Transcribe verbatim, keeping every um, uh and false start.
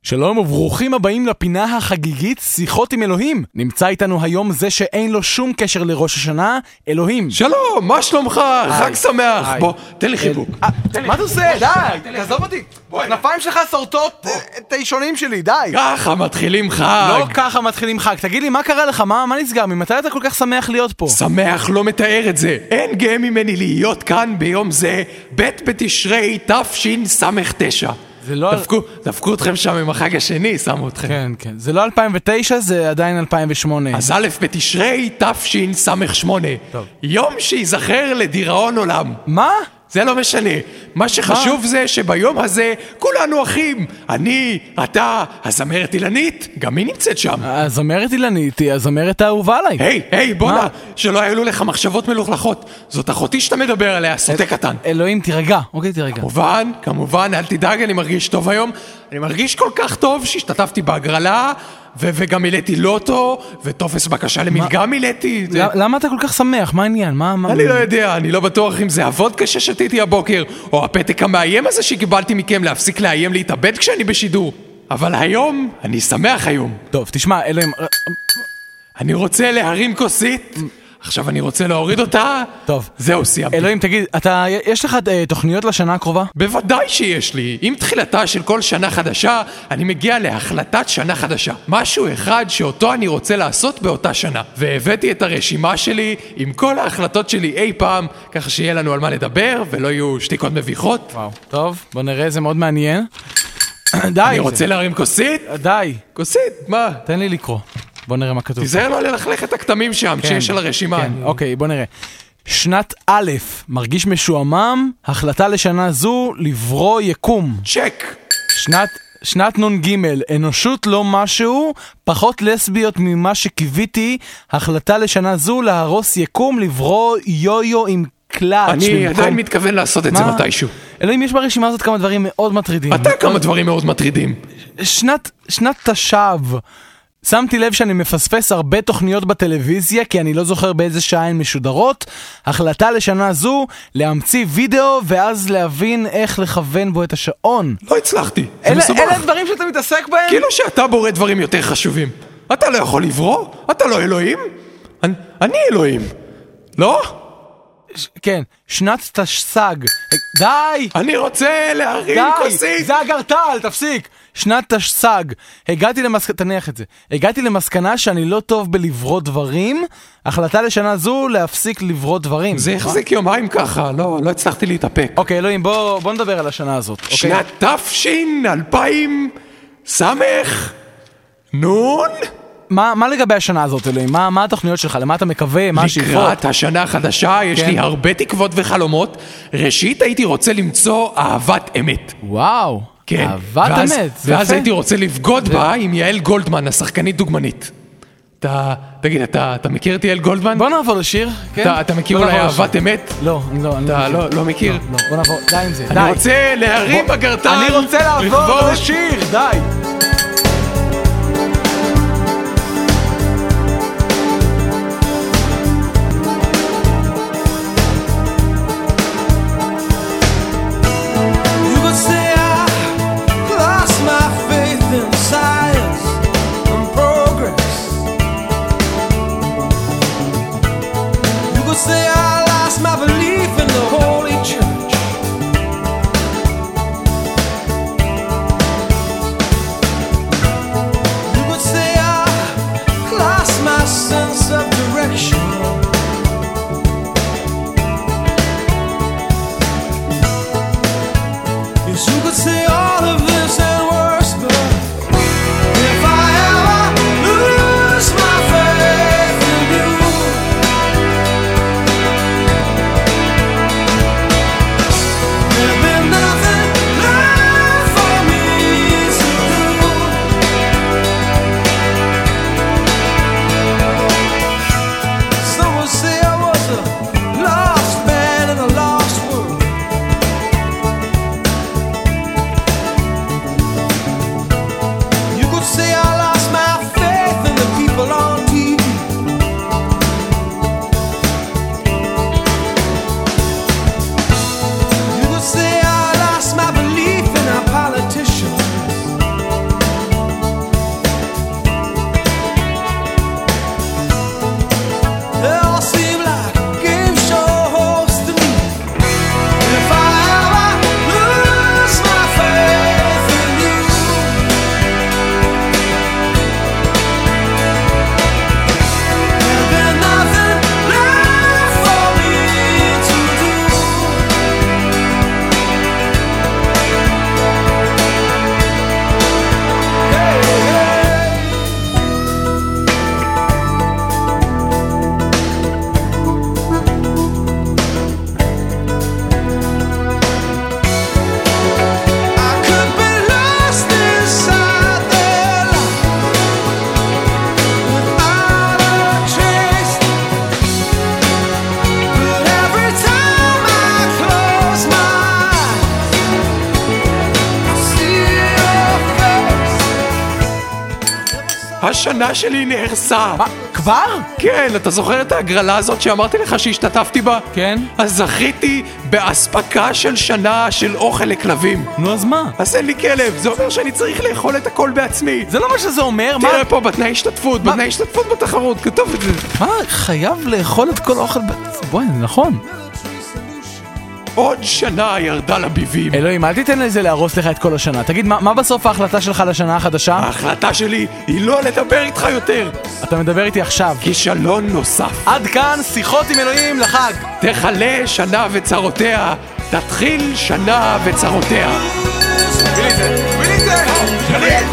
שלום וברוכים הבאים לפינה החגיגית שיחות עם אלוהים. נמצא איתנו היום זה שאין לו שום קשר לראש השנה, אלוהים. שלום, מה שלומך? חג שמח. בוא, תן לי חיבוק. מה אתה עושה? די, תעזוב אותי. הכנפיים שלך שורטות את האישונים שלי, די. ככה מתחילים חג. לא ככה מתחילים חג. תגיד לי, מה קרה לך? מה נסגר? ממתי אתה כל כך שמח להיות פה? שמח לא מתאר את זה. אין גאה ממני להיות כאן ביום זה, ב' בתשרי תשס"ט. זה לא... דפקו, דפקו אתכם שם עם החג השני, שמו אתכם. כן, כן. זה לא אלפיים ותשע, זה עדיין אלפיים ושמונה. אז א' בתשרי תשס"ח. טוב. יום שיזכר לדיראון עולם. מה? זה לא משנה. מה שחשוב זה שביום הזה כולנו אחים. אני, אתה, הזמרת אילנית, גם היא נמצאת שם. הזמרת אילנית היא הזמרת האהובה עליי. היי, היי, בונה, שלא היו לך מחשבות מלוכלכות. זאת אחותי שאתה מדבר עליה, סוטה קטן. אלוהים, תירגע. אוקיי, תירגע. כמובן, כמובן, אל תדאג, אני מרגיש טוב היום. אני מרגיש כל כך טוב שהשתתפתי בהגרלה, ו- וגם מילאתי לוטו, וטופס בקשה למלגה מילאתי. זה... למה אתה כל כך שמח? מה העניין? מה, מה... אני לא יודע, אני לא בטוח אם זה עבוד קשה שתיתי הבוקר, או הפתק המאיים הזה שקיבלתי מכם להפסיק לאיים להתאבד כשאני בשידור. אבל היום, אני שמח היום. טוב, תשמע, אלוהים... אני רוצה להרים כוסית, עכשיו אני רוצה להוריד אותה. טוב. זהו, סיימתי. אלוהים, תגיד, אתה, יש לך uh, תוכניות לשנה הקרובה? בוודאי שיש לי. עם תחילתה של כל שנה חדשה, אני מגיע להחלטת שנה חדשה. משהו אחד שאותו אני רוצה לעשות באותה שנה. והבאתי את הרשימה שלי עם כל ההחלטות שלי אי פעם, ככה שיהיה לנו על מה לדבר, ולא יהיו שתיקות מביכות. וואו. טוב, בוא נראה, זה מאוד מעניין. די. אני רוצה להרים כוסית? די. כוסית, מה? תן לי לקרוא. בוא נראה מה כתוב. תיזהר לא ללכלך את הכתמים שם, כן, שיש על הרשימה. כן, אוקיי, בוא נראה. שנת א', מרגיש משועמם, החלטה לשנה זו, לברוא יקום. צ'ק. שנת, שנת נון ג', אנושות לא משהו, פחות לסביות ממה שקיוויתי, החלטה לשנה זו, להרוס יקום, לברוא יו-יו עם קלאץ'. אני עדיין מתכוון לעשות את זה מתישהו. אלוהים, יש ברשימה הזאת כמה דברים מאוד מטרידים. אתה כמה דברים מאוד מטרידים. שנת, שנת תשב. שמתי לב שאני מפספס הרבה תוכניות בטלוויזיה, כי אני לא זוכר באיזה שעה הן משודרות. החלטה לשנה זו, להמציא וידאו, ואז להבין איך לכוון בו את השעון. לא הצלחתי, זה אלה, מסובך. אלה דברים שאתה מתעסק בהם? כאילו שאתה בורא דברים יותר חשובים. אתה לא יכול לברוא? אתה לא אלוהים? אני, אני אלוהים. לא? ש- כן, שנת תשס"ג. די! אני רוצה להרים די! כוסית. זה הגרטל, תפסיק! שנת תשס"ג. הגעתי למסקנה, תניח את זה. הגעתי למסקנה שאני לא טוב בלברוא דברים. החלטה לשנה זו להפסיק לברוא דברים. זה החזיק יומיים ככה, לא, לא הצלחתי להתאפק. אוקיי, אלוהים, בוא, בוא נדבר על השנה הזאת. אוקיי? שנת תפשין אלפיים סמך נון. מה, מה לגבי השנה הזאת, אלוהים? מה, מה התוכניות שלך? למה אתה מקווה? מה השאיפות? לקראת השנה החדשה יש כן. לי הרבה תקוות וחלומות. ראשית הייתי רוצה למצוא אהבת אמת. וואו, כן. אהבת ואז, אמת, זה ואז יפה. הייתי רוצה לבגוד בה עם יעל גולדמן, השחקנית דוגמנית. אתה, תגיד, אתה, אתה מכיר את יעל גולדמן? בוא נעבור לשיר, כן? אתה, אתה מכיר בוא אולי נעבור אהבת לשיר. אמת? לא, אני לא, אני אתה לא, לא, לא מכיר? לא, לא, בוא נעבור, די עם זה, די. אני רוצה להרים בוא- בגרטל. אני רוצה לעבור לכבוד- לשיר, די. You could say I lost my faith in science and progress. You could say I lost my belief in the Holy Church. השנה שלי נהרסה. מה, כבר? כן, אתה זוכר את ההגרלה הזאת שאמרתי לך שהשתתפתי בה? כן. אז זכיתי באספקה של שנה של אוכל לכלבים. נו, אז מה? אז אין לי כלב, זה אומר שאני צריך לאכול את הכל בעצמי. זה לא מה שזה אומר, מה? תראה פה בתנאי השתתפות, בתנאי השתתפות בתחרות, כתוב את זה. מה? חייב לאכול את כל האוכל ב... בואי, זה נכון. עוד שנה ירדה לביבים. אלוהים, אל תיתן לזה להרוס לך את כל השנה. תגיד, מה, מה בסוף ההחלטה שלך לשנה החדשה? ההחלטה שלי היא לא לדבר איתך יותר. אתה מדבר איתי עכשיו. כישלון נוסף. עד כאן שיחות עם אלוהים לחג. תחלה שנה וצרותיה, תתחיל שנה וצרותיה. תביא לי את זה, תביא לי את זה!